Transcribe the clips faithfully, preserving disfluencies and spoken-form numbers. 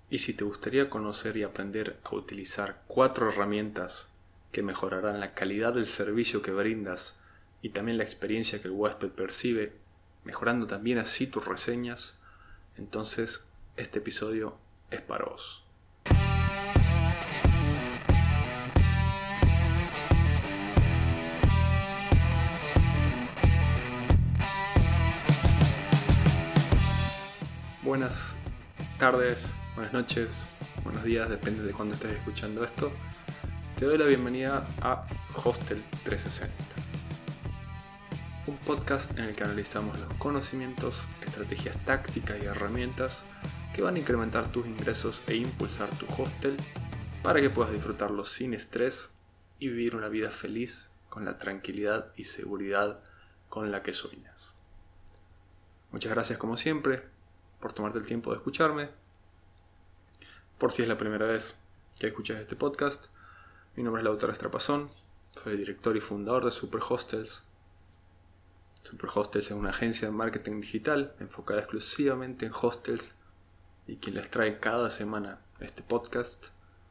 Y si te gustaría conocer y aprender a utilizar cuatro herramientas que mejorarán la calidad del servicio que brindas y también la experiencia que el huésped percibe, mejorando también así tus reseñas, entonces este episodio es para vos. Buenas tardes, buenas noches, buenos días, depende de cuándo estés escuchando esto. Te doy la bienvenida a Hostel trescientos sesenta, un podcast en el que analizamos los conocimientos, estrategias tácticas y herramientas que van a incrementar tus ingresos e impulsar tu hostel para que puedas disfrutarlo sin estrés y vivir una vida feliz con la tranquilidad y seguridad con la que sueñas. Muchas gracias como siempre por tomarte el tiempo de escucharme. Por si es la primera vez que escuchas este podcast, mi nombre es Lautaro Estrapazón, soy director y fundador de Superhostels. Superhostels es una agencia de marketing digital enfocada exclusivamente en hostels y quien les trae cada semana este podcast.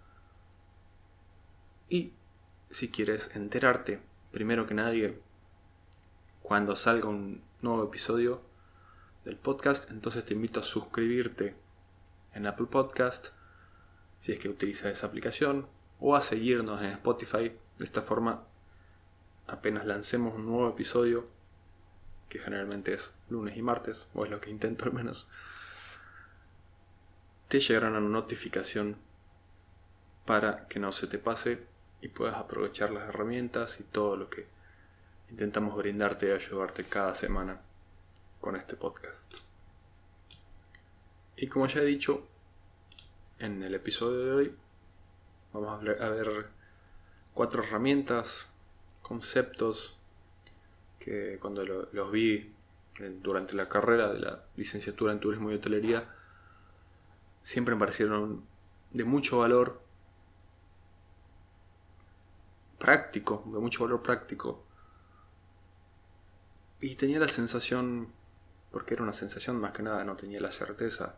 Y si quieres enterarte primero que nadie cuando salga un nuevo episodio del podcast, entonces te invito a suscribirte en Apple Podcast si es que utilizas esa aplicación, o a seguirnos en Spotify. De esta forma, apenas lancemos un nuevo episodio, que generalmente es lunes y martes, o es lo que intento al menos, te llegará una notificación para que no se te pase y puedas aprovechar las herramientas y todo lo que intentamos brindarte y ayudarte cada semana con este podcast. Y como ya he dicho, en el episodio de hoy vamos a, hablar, a ver cuatro herramientas, conceptos que cuando lo, los vi durante la carrera de la licenciatura en turismo y hotelería siempre me parecieron de mucho valor práctico, de mucho valor práctico. Y tenía la sensación, porque era una sensación más que nada, no tenía la certeza,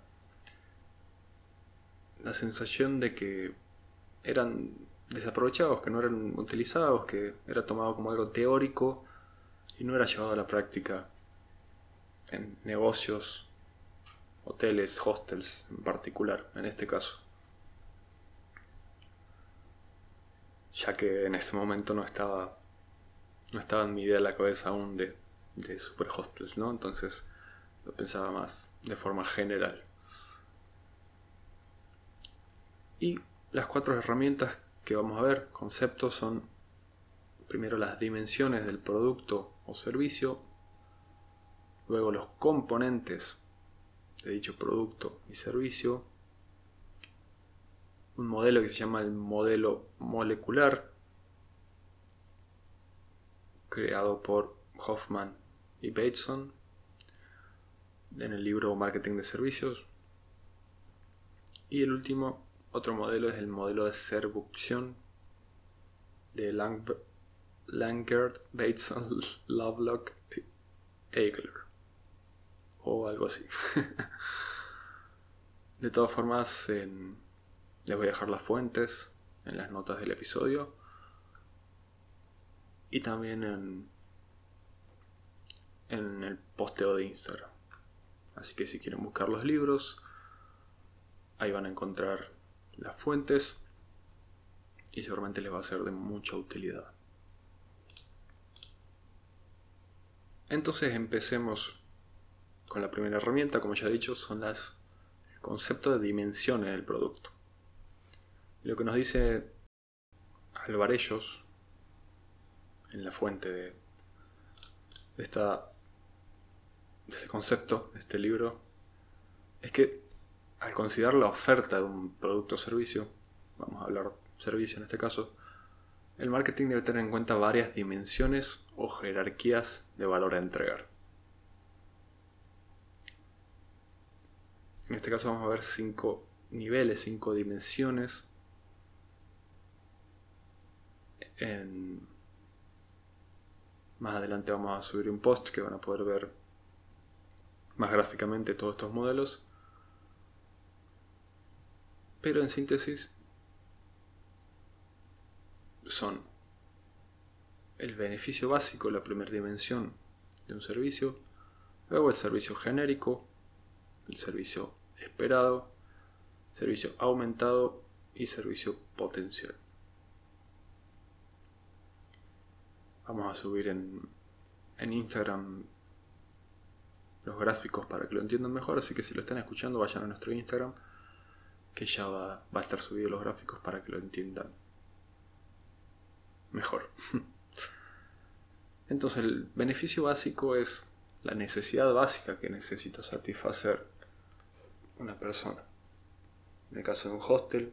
la sensación de que eran desaprovechados, que no eran utilizados, que era tomado como algo teórico y no era llevado a la práctica en negocios, hoteles, hostels en particular, en este caso. Ya que en ese momento no estaba, no estaba en mi idea en la cabeza aún de, de Superhostels, ¿no? Entonces lo pensaba más de forma general. Y las cuatro herramientas que vamos a ver, conceptos, son primero las dimensiones del producto o servicio, luego los componentes de dicho producto y servicio, un modelo que se llama el modelo molecular, creado por Hoffman y Bateson en el libro Marketing de Servicios, y el último, otro modelo, es el modelo de seducción de Lang- Langard, Bateson, Lovelock, Eigler o algo así. De todas formas, en, les voy a dejar las fuentes en las notas del episodio y también en, en el posteo de Instagram. Así que si quieren buscar los libros, ahí van a encontrar las fuentes y seguramente les va a ser de mucha utilidad. Entonces empecemos con la primera herramienta. Como ya he dicho, son las el concepto de dimensiones del producto. Lo que nos dice Alvarellos en la fuente de, de, esta, de este concepto, de este libro, es que al considerar la oferta de un producto o servicio, vamos a hablar servicio en este caso, el marketing debe tener en cuenta varias dimensiones o jerarquías de valor a entregar. En este caso vamos a ver cinco niveles, cinco dimensiones. En... Más adelante vamos a subir un post que van a poder ver más gráficamente todos estos modelos. Pero en síntesis son el beneficio básico, la primera dimensión de un servicio, luego el servicio genérico, el servicio esperado, servicio aumentado y servicio potencial. Vamos a subir en, en Instagram los gráficos para que lo entiendan mejor, así que si lo están escuchando vayan a nuestro Instagram, que ya va, va a estar subido los gráficos para que lo entiendan mejor. Entonces el beneficio básico es la necesidad básica que necesita satisfacer una persona. En el caso de un hostel,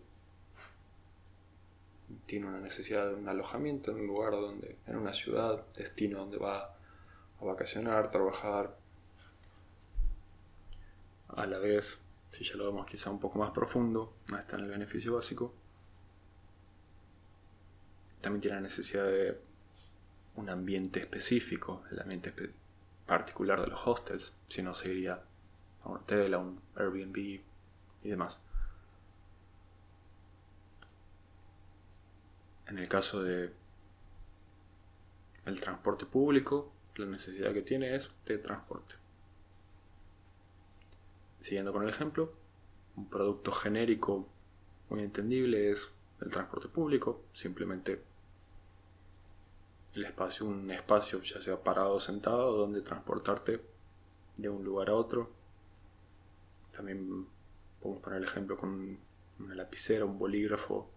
tiene una necesidad de un alojamiento en un lugar donde, en una ciudad, destino donde va a vacacionar, trabajar. A la vez, si ya lo vemos quizá un poco más profundo, ahí está en el beneficio básico, también tiene la necesidad de un ambiente específico, el ambiente espe- particular de los hostels, si no se iría a un hotel, a un Airbnb y demás. En el caso de el transporte público, la necesidad que tiene es de transporte. Siguiendo con el ejemplo, un producto genérico muy entendible es el transporte público, simplemente el espacio, un espacio ya sea parado o sentado donde transportarte de un lugar a otro. También podemos poner el ejemplo con una lapicera, un bolígrafo.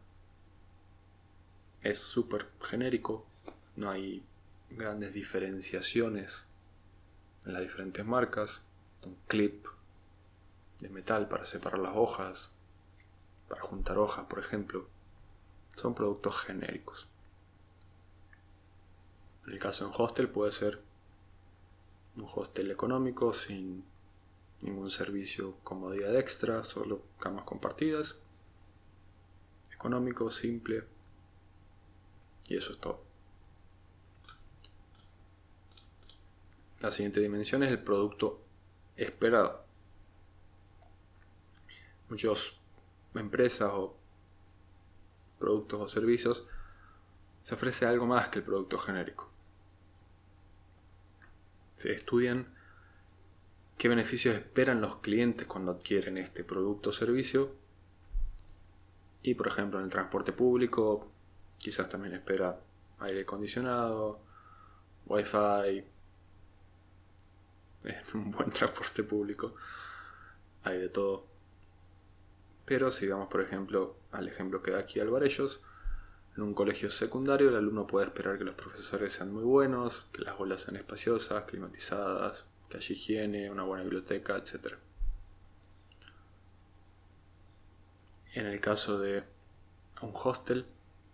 Es súper genérico, no hay grandes diferenciaciones en las diferentes marcas. Un clip de metal para separar las hojas, para juntar hojas, por ejemplo, son productos genéricos. En el caso de un hostel puede ser un hostel económico sin ningún servicio comodidad extra, solo camas compartidas, económico, simple, y eso es todo. La siguiente dimensión es el producto esperado. Muchas empresas o productos o servicios se ofrece algo más que el producto genérico. Se estudian qué beneficios esperan los clientes cuando adquieren este producto o servicio. Y por ejemplo en el transporte público quizás también espera aire acondicionado, wifi, es un buen transporte público, hay de todo. Pero si vamos por ejemplo al ejemplo que da aquí Alvarellos, en un colegio secundario el alumno puede esperar que los profesores sean muy buenos, que las aulas sean espaciosas, climatizadas, que haya higiene, una buena biblioteca, etcétera. En el caso de un hostel,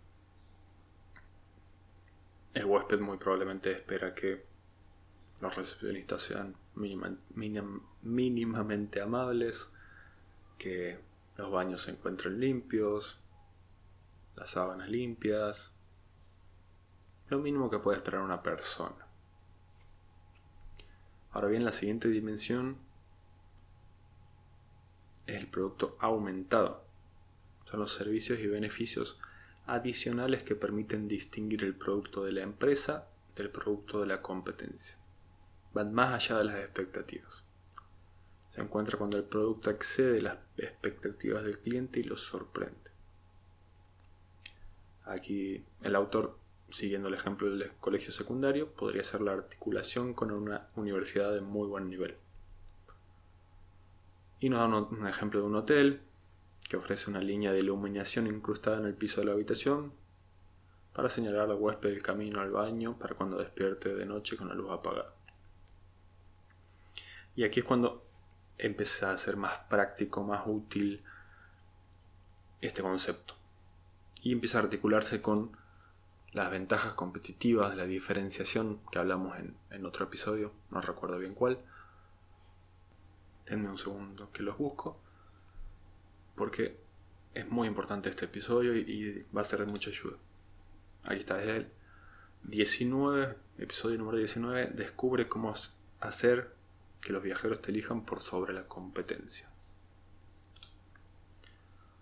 el huésped muy probablemente espera que los recepcionistas sean mínima, minim, mínimamente amables, que los baños se encuentren limpios, las sábanas limpias, lo mínimo que puede esperar una persona. Ahora bien, la siguiente dimensión es el producto aumentado. Son los servicios y beneficios adicionales que permiten distinguir el producto de la empresa del producto de la competencia. Van más allá de las expectativas. Se encuentra cuando el producto excede las expectativas del cliente y los sorprende. Aquí el autor, siguiendo el ejemplo del colegio secundario, podría ser la articulación con una universidad de muy buen nivel. Y nos da un ejemplo de un hotel que ofrece una línea de iluminación incrustada en el piso de la habitación para señalar al huésped el camino al baño para cuando despierte de noche con la luz apagada. Y aquí es cuando empieza a ser más práctico, más útil este concepto. Y empieza a articularse con las ventajas competitivas, la diferenciación que hablamos en, en otro episodio, no recuerdo bien cuál. Denme un segundo que los busco, porque es muy importante este episodio y, y va a ser de mucha ayuda. Aquí está, es el diecinueve, episodio número diecinueve, descubre cómo hacer que los viajeros te elijan por sobre la competencia.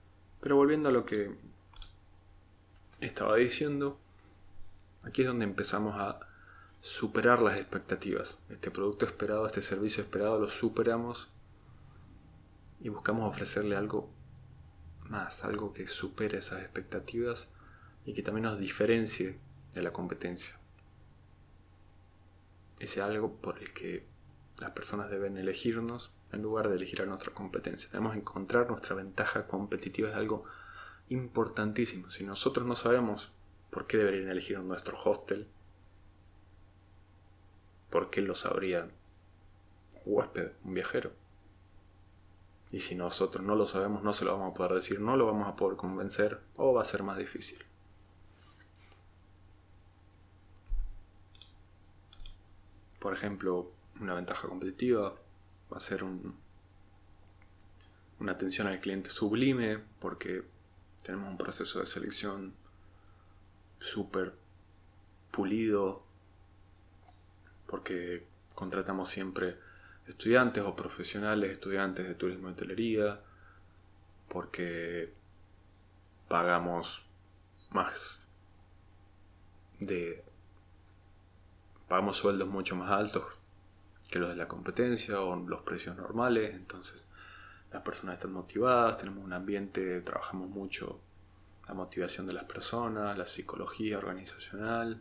Pero volviendo a lo que estaba diciendo, aquí es donde empezamos a superar las expectativas. Este producto esperado, este servicio esperado, lo superamos y buscamos ofrecerle algo más, algo que supere esas expectativas y que también nos diferencie de la competencia. Ese algo por el que las personas deben elegirnos en lugar de elegir a nuestra competencia. Tenemos que encontrar nuestra ventaja competitiva, es algo importantísimo. Si nosotros no sabemos por qué deberían elegir nuestro hostel, ¿por qué lo sabría un huésped, un viajero? Y si nosotros no lo sabemos, no se lo vamos a poder decir, no lo vamos a poder convencer o va a ser más difícil. Por ejemplo, una ventaja competitiva va a ser un, una atención al cliente sublime, porque tenemos un proceso de selección súper pulido, porque contratamos siempre estudiantes o profesionales, estudiantes de turismo y hotelería, porque pagamos más de pagamos sueldos mucho más altos que los de la competencia o los precios normales. Entonces las personas están motivadas, tenemos un ambiente, trabajamos mucho la motivación de las personas, la psicología organizacional.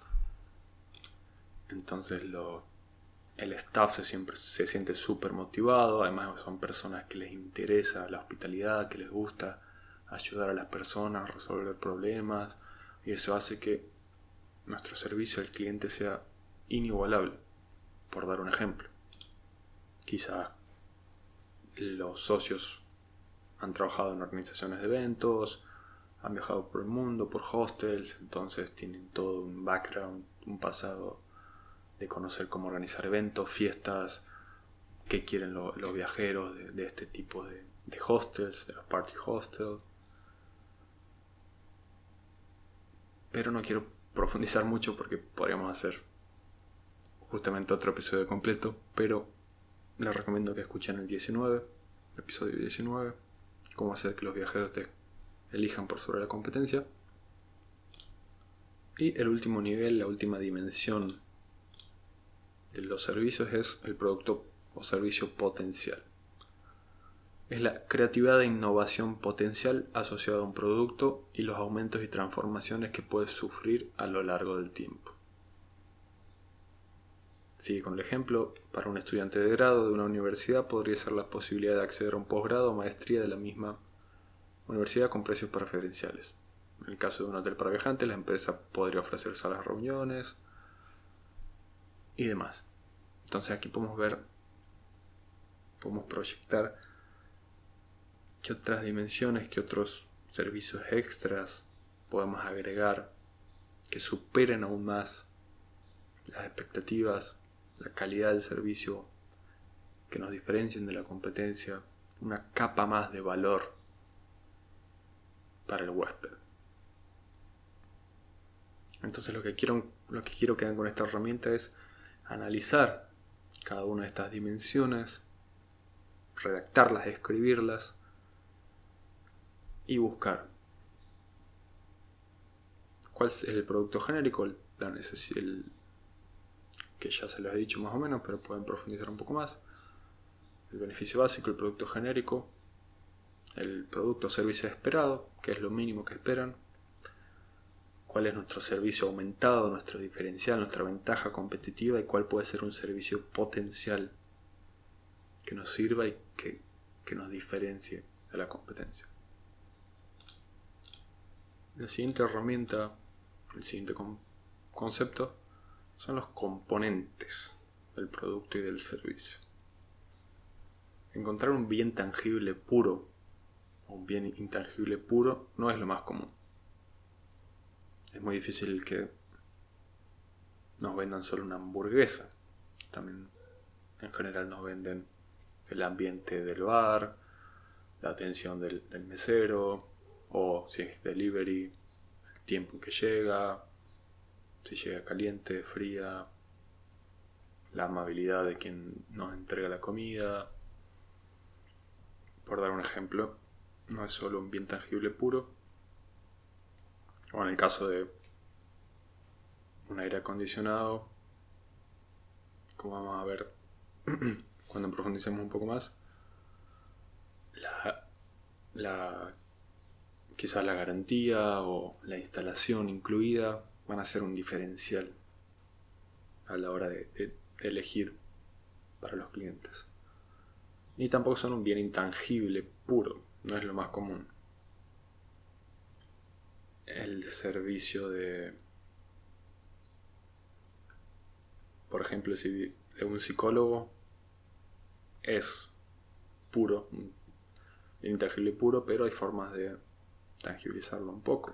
Entonces lo, el staff se, siempre, se siente súper motivado. Además son personas que les interesa la hospitalidad, que les gusta ayudar a las personas a resolver problemas, y eso hace que nuestro servicio al cliente sea inigualable. Por dar un ejemplo, quizás los socios han trabajado en organizaciones de eventos, han viajado por el mundo, por hostels, entonces tienen todo un background, un pasado de conocer cómo organizar eventos, fiestas, qué quieren lo, los viajeros de, de este tipo de, de hostels, de los party hostels. Pero no quiero profundizar mucho porque podríamos hacer justamente otro episodio completo, pero les recomiendo que escuchen el diecinueve, episodio diecinueve, cómo hacer que los viajeros te elijan por sobre la competencia. Y el último nivel, la última dimensión de los servicios es el producto o servicio potencial. Es la creatividad e innovación potencial asociada a un producto y los aumentos y transformaciones que puede sufrir a lo largo del tiempo. Sigue con el ejemplo, para un estudiante de grado de una universidad podría ser la posibilidad de acceder a un posgrado o maestría de la misma universidad con precios preferenciales. En el caso de un hotel para viajantes, la empresa podría ofrecer salas de reuniones y demás. Entonces aquí podemos ver, podemos proyectar qué otras dimensiones, qué otros servicios extras podemos agregar que superen aún más las expectativas, la calidad del servicio, que nos diferencien de la competencia, una capa más de valor para el huésped. Entonces lo que quiero, lo que quiero que hagan con esta herramienta es analizar cada una de estas dimensiones, redactarlas, escribirlas y buscar cuál es el producto genérico, la necesidad, el, que ya se los he dicho más o menos, pero pueden profundizar un poco más. El beneficio básico, el producto genérico, el producto o servicio esperado, que es lo mínimo que esperan, cuál es nuestro servicio aumentado, nuestro diferencial, nuestra ventaja competitiva y cuál puede ser un servicio potencial que nos sirva y que, que nos diferencie de la competencia. La siguiente herramienta, el siguiente con, concepto son los componentes del producto y del servicio. Encontrar un bien tangible puro o un bien intangible puro no es lo más común. Es muy difícil que nos vendan solo una hamburguesa. También en general nos venden el ambiente del bar, la atención del, del mesero, o si es delivery, el tiempo en que llega, si llega caliente, fría, la amabilidad de quien nos entrega la comida. Por dar un ejemplo, no es solo un bien tangible puro, o en el caso de un aire acondicionado, como vamos a ver cuando profundicemos un poco más, la, la, quizás la garantía o la instalación incluida van a ser un diferencial a la hora de, de, de elegir para los clientes. Y tampoco son un bien intangible puro, no es lo más común. El servicio de, por ejemplo, si un psicólogo es puro, un bien intangible puro, pero hay formas de tangibilizarlo un poco.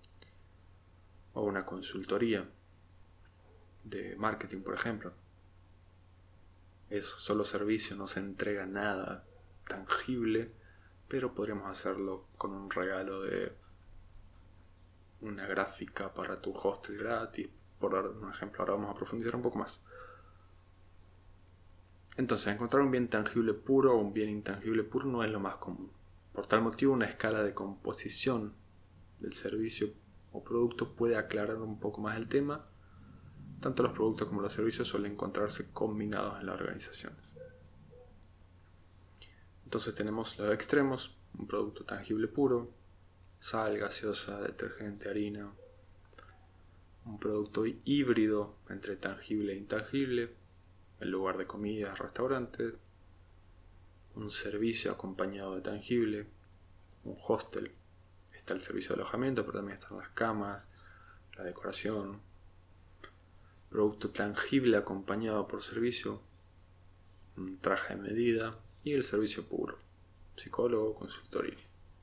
O una consultoría de marketing, por ejemplo. Es solo servicio, no se entrega nada tangible, pero podríamos hacerlo con un regalo de una gráfica para tu hostel gratis, por dar un ejemplo. Ahora vamos a profundizar un poco más. Entonces, encontrar un bien tangible puro o un bien intangible puro no es lo más común. Por tal motivo, una escala de composición del servicio o producto puede aclarar un poco más el tema. Tanto los productos como los servicios suelen encontrarse combinados en las organizaciones. Entonces tenemos los extremos, un producto tangible puro, sal, gaseosa, detergente, harina. Un producto híbrido entre tangible e intangible, en lugar de comidas, restaurantes. Un servicio acompañado de tangible, un hostel. Está el servicio de alojamiento, pero también están las camas, la decoración. Producto tangible acompañado por servicio, un traje de medida y el servicio puro, psicólogo, consultoría.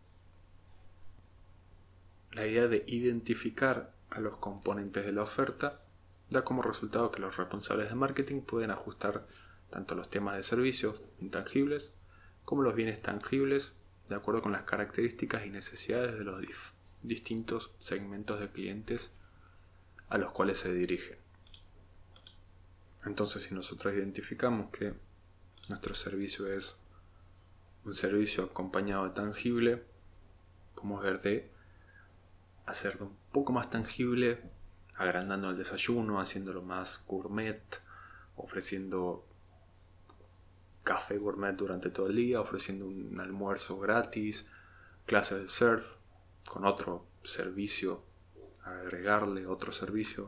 La idea de identificar a los componentes de la oferta da como resultado que los responsables de marketing pueden ajustar tanto los temas de servicios intangibles como los bienes tangibles de acuerdo con las características y necesidades de los dif- distintos segmentos de clientes a los cuales se dirigen. Entonces, si nosotros identificamos que nuestro servicio es un servicio acompañado de tangible, podemos ver de hacerlo un poco más tangible, agrandando el desayuno, haciéndolo más gourmet, ofreciendo café gourmet durante todo el día, ofreciendo un almuerzo gratis, clases de surf, con otro servicio, agregarle otro servicio,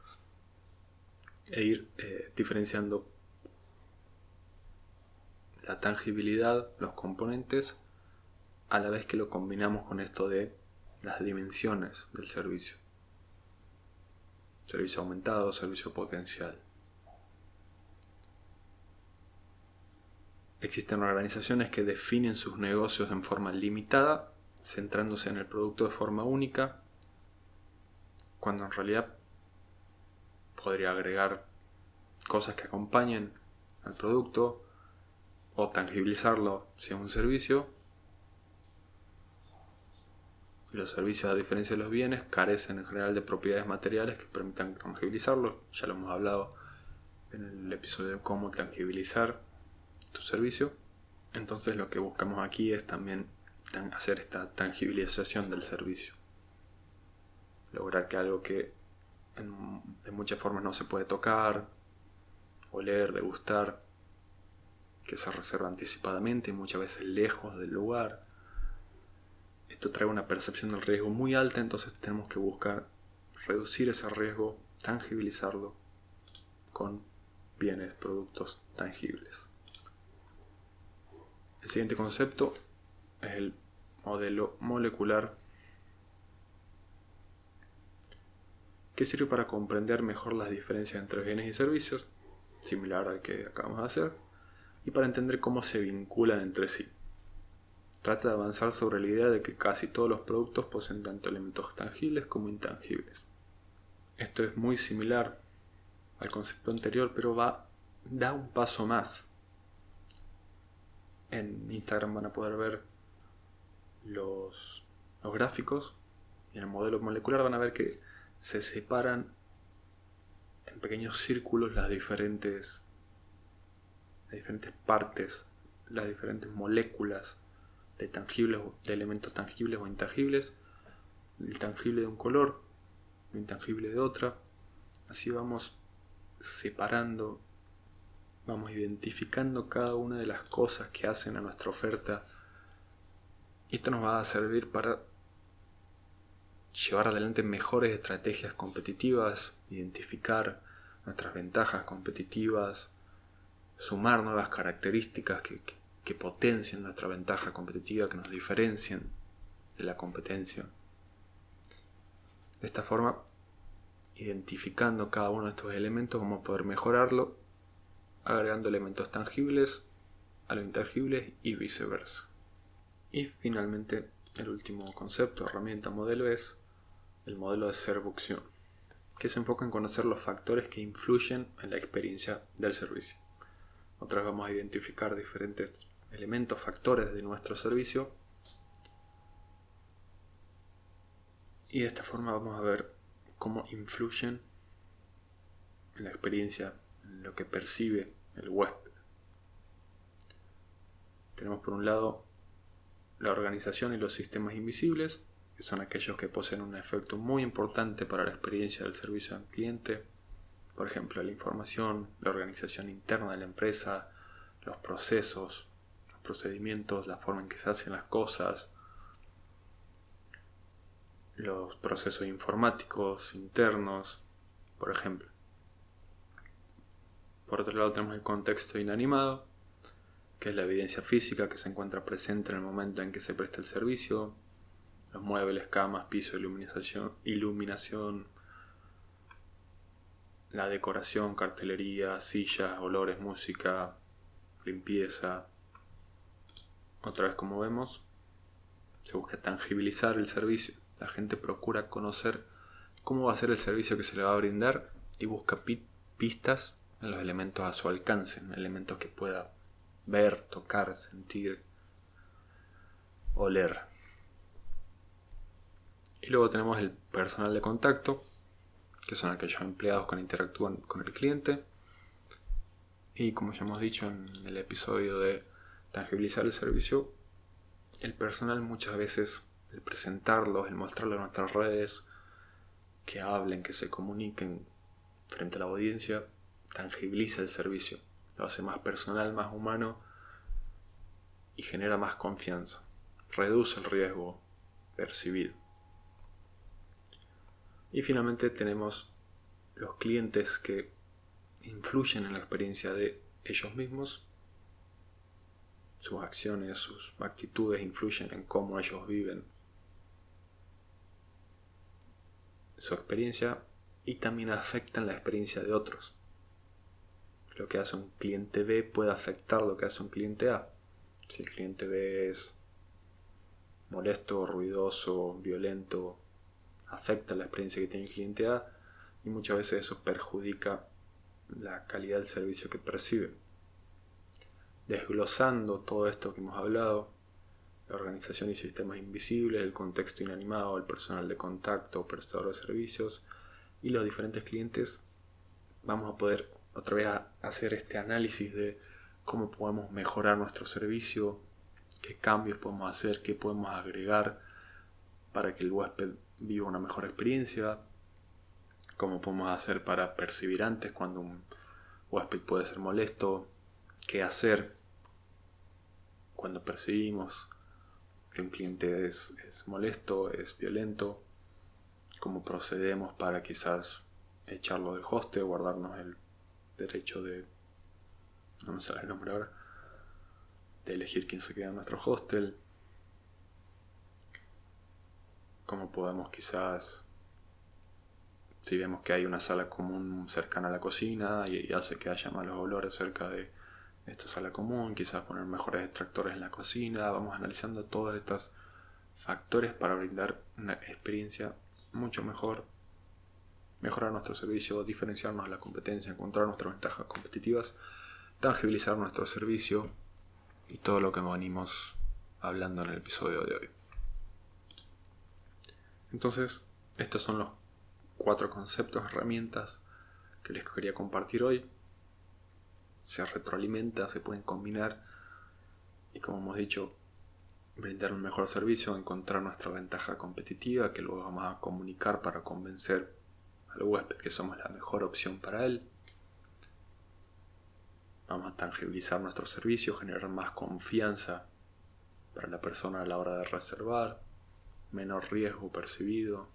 e ir eh, diferenciando la tangibilidad, los componentes, a la vez que lo combinamos con esto de las dimensiones del servicio. Servicio aumentado, servicio potencial. Existen organizaciones que definen sus negocios en forma limitada, centrándose en el producto de forma única, cuando en realidad podría agregar cosas que acompañen al producto o tangibilizarlo si es un servicio. Los servicios, a diferencia de los bienes, carecen en general de propiedades materiales que permitan tangibilizarlo. Ya lo hemos hablado en el episodio de cómo tangibilizar tu servicio. Entonces lo que buscamos aquí es también hacer esta tangibilización del servicio. Lograr que algo que en, de muchas formas no se puede tocar, oler, degustar, que se reserva anticipadamente y muchas veces lejos del lugar. Esto trae una percepción del riesgo muy alta, entonces tenemos que buscar reducir ese riesgo, tangibilizarlo con bienes, productos tangibles. El siguiente concepto es el modelo molecular, que sirve para comprender mejor las diferencias entre bienes y servicios, similar al que acabamos de hacer, y para entender cómo se vinculan entre sí. Trata de avanzar sobre la idea de que casi todos los productos poseen tanto elementos tangibles como intangibles. Esto es muy similar al concepto anterior, pero va, da un paso más. En Instagram van a poder ver los, los gráficos y en el modelo molecular van a ver que se separan en pequeños círculos las diferentes, las diferentes partes, las diferentes moléculas de tangibles, de elementos tangibles o intangibles, el tangible de un color, lo intangible de otra. Así vamos separando, vamos identificando cada una de las cosas que hacen a nuestra oferta. Y esto nos va a servir para llevar adelante mejores estrategias competitivas, identificar nuestras ventajas competitivas, sumar nuevas características que, que, que potencien nuestra ventaja competitiva, que nos diferencien de la competencia. De esta forma, identificando cada uno de estos elementos, vamos a poder mejorarlo, agregando elementos tangibles a lo intangibles y viceversa. Y finalmente, el último concepto, herramienta, modelo es el modelo de seducción, que se enfoca en conocer los factores que influyen en la experiencia del servicio. Otra vez vamos a identificar diferentes elementos, factores de nuestro servicio, y de esta forma vamos a ver cómo influyen en la experiencia, en lo que percibe el huésped. Tenemos por un lado la organización y los sistemas invisibles, que son aquellos que poseen un efecto muy importante para la experiencia del servicio al cliente. Por ejemplo, la información, la organización interna de la empresa, los procesos, los procedimientos, la forma en que se hacen las cosas, los procesos informáticos internos, por ejemplo. Por otro lado tenemos el contexto inanimado, que es la evidencia física que se encuentra presente en el momento en que se presta el servicio, los muebles, camas, piso, iluminación, iluminación, la decoración, cartelería, sillas, olores, música, limpieza. Otra vez, como vemos, se busca tangibilizar el servicio. La gente procura conocer cómo va a ser el servicio que se le va a brindar y busca pi- pistas en los elementos a su alcance, en elementos que pueda ver, tocar, sentir, oler. Y luego tenemos el personal de contacto, que son aquellos empleados que interactúan con el cliente. Y como ya hemos dicho en el episodio de tangibilizar el servicio, el personal muchas veces, el presentarlos, el mostrarlo en nuestras redes, que hablen, que se comuniquen frente a la audiencia, tangibiliza el servicio, lo hace más personal, más humano y genera más confianza, reduce el riesgo percibido. Y finalmente tenemos los clientes que influyen en la experiencia de ellos mismos. Sus acciones, sus actitudes influyen en cómo ellos viven su experiencia y también afectan la experiencia de otros. Lo que hace un cliente B puede afectar lo que hace un cliente A. Si el cliente B es molesto, ruidoso, violento, afecta la experiencia que tiene el cliente A y muchas veces eso perjudica la calidad del servicio que percibe. Desglosando todo esto que hemos hablado, la organización y sistemas invisibles, el contexto inanimado, el personal de contacto, prestador de servicios y los diferentes clientes, vamos a poder otra vez a hacer este análisis de cómo podemos mejorar nuestro servicio, qué cambios podemos hacer, qué podemos agregar para que el huésped viva una mejor experiencia, cómo podemos hacer para percibir antes cuando un huésped puede ser molesto, qué hacer cuando percibimos que un cliente es, es molesto, es violento, cómo procedemos para quizás echarlo del hostel, guardarnos el derecho de, no me sale el nombre ahora, de elegir quién se queda en nuestro hostel, cómo podemos quizás, si vemos que hay una sala común cercana a la cocina y, y hace que haya malos olores cerca de esta sala común, quizás poner mejores extractores en la cocina. Vamos analizando todos estos factores para brindar una experiencia mucho mejor, mejorar nuestro servicio, diferenciarnos de la competencia, encontrar nuestras ventajas competitivas, tangibilizar nuestro servicio y todo lo que venimos hablando en el episodio de hoy. Entonces, estos son los cuatro conceptos, herramientas que les quería compartir hoy. Se retroalimenta, se pueden combinar y, como hemos dicho, brindar un mejor servicio, encontrar nuestra ventaja competitiva que luego vamos a comunicar para convencer al huésped que somos la mejor opción para él. Vamos a tangibilizar nuestro servicio, generar más confianza para la persona a la hora de reservar, menor riesgo percibido.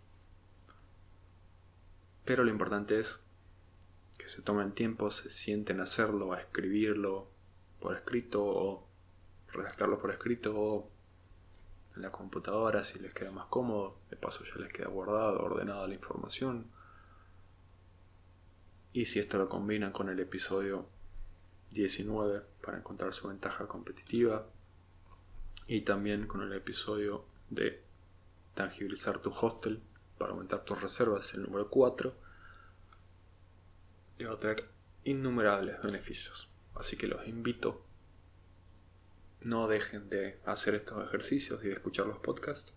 Pero lo importante es que se tomen tiempo, se sienten a hacerlo, a escribirlo por escrito o redactarlo por escrito o en la computadora si les queda más cómodo. De paso ya les queda guardada, ordenada la información. Y si esto lo combinan con el episodio diecinueve para encontrar su ventaja competitiva y también con el episodio de tangibilizar tu hostel para aumentar tus reservas, el número cuatro, le va a traer innumerables beneficios. Así que los invito, no dejen de hacer estos ejercicios y de escuchar los podcasts.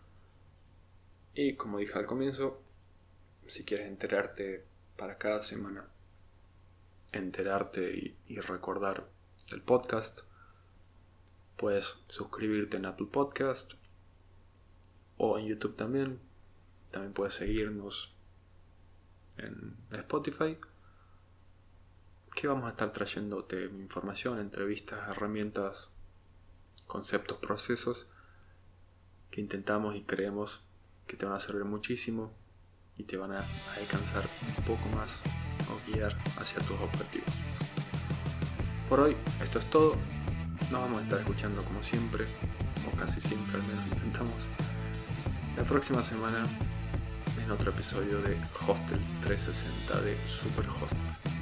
Y como dije al comienzo, si quieres enterarte para cada semana, enterarte y, y recordar el podcast, puedes suscribirte en Apple Podcast o en YouTube también. También puedes seguirnos en Spotify, que vamos a estar trayéndote información, entrevistas, herramientas, conceptos, procesos que intentamos y creemos que te van a servir muchísimo y te van a alcanzar un poco más o guiar hacia tus objetivos. Por hoy esto es todo. Nos vamos a estar escuchando como siempre, o casi siempre, al menos intentamos, la próxima semana en otro episodio de Hostel trescientos sesenta de Superhostel.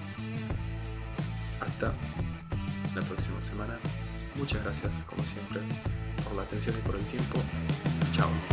Hasta la próxima semana. Muchas gracias, como siempre, por la atención y por el tiempo. Chao.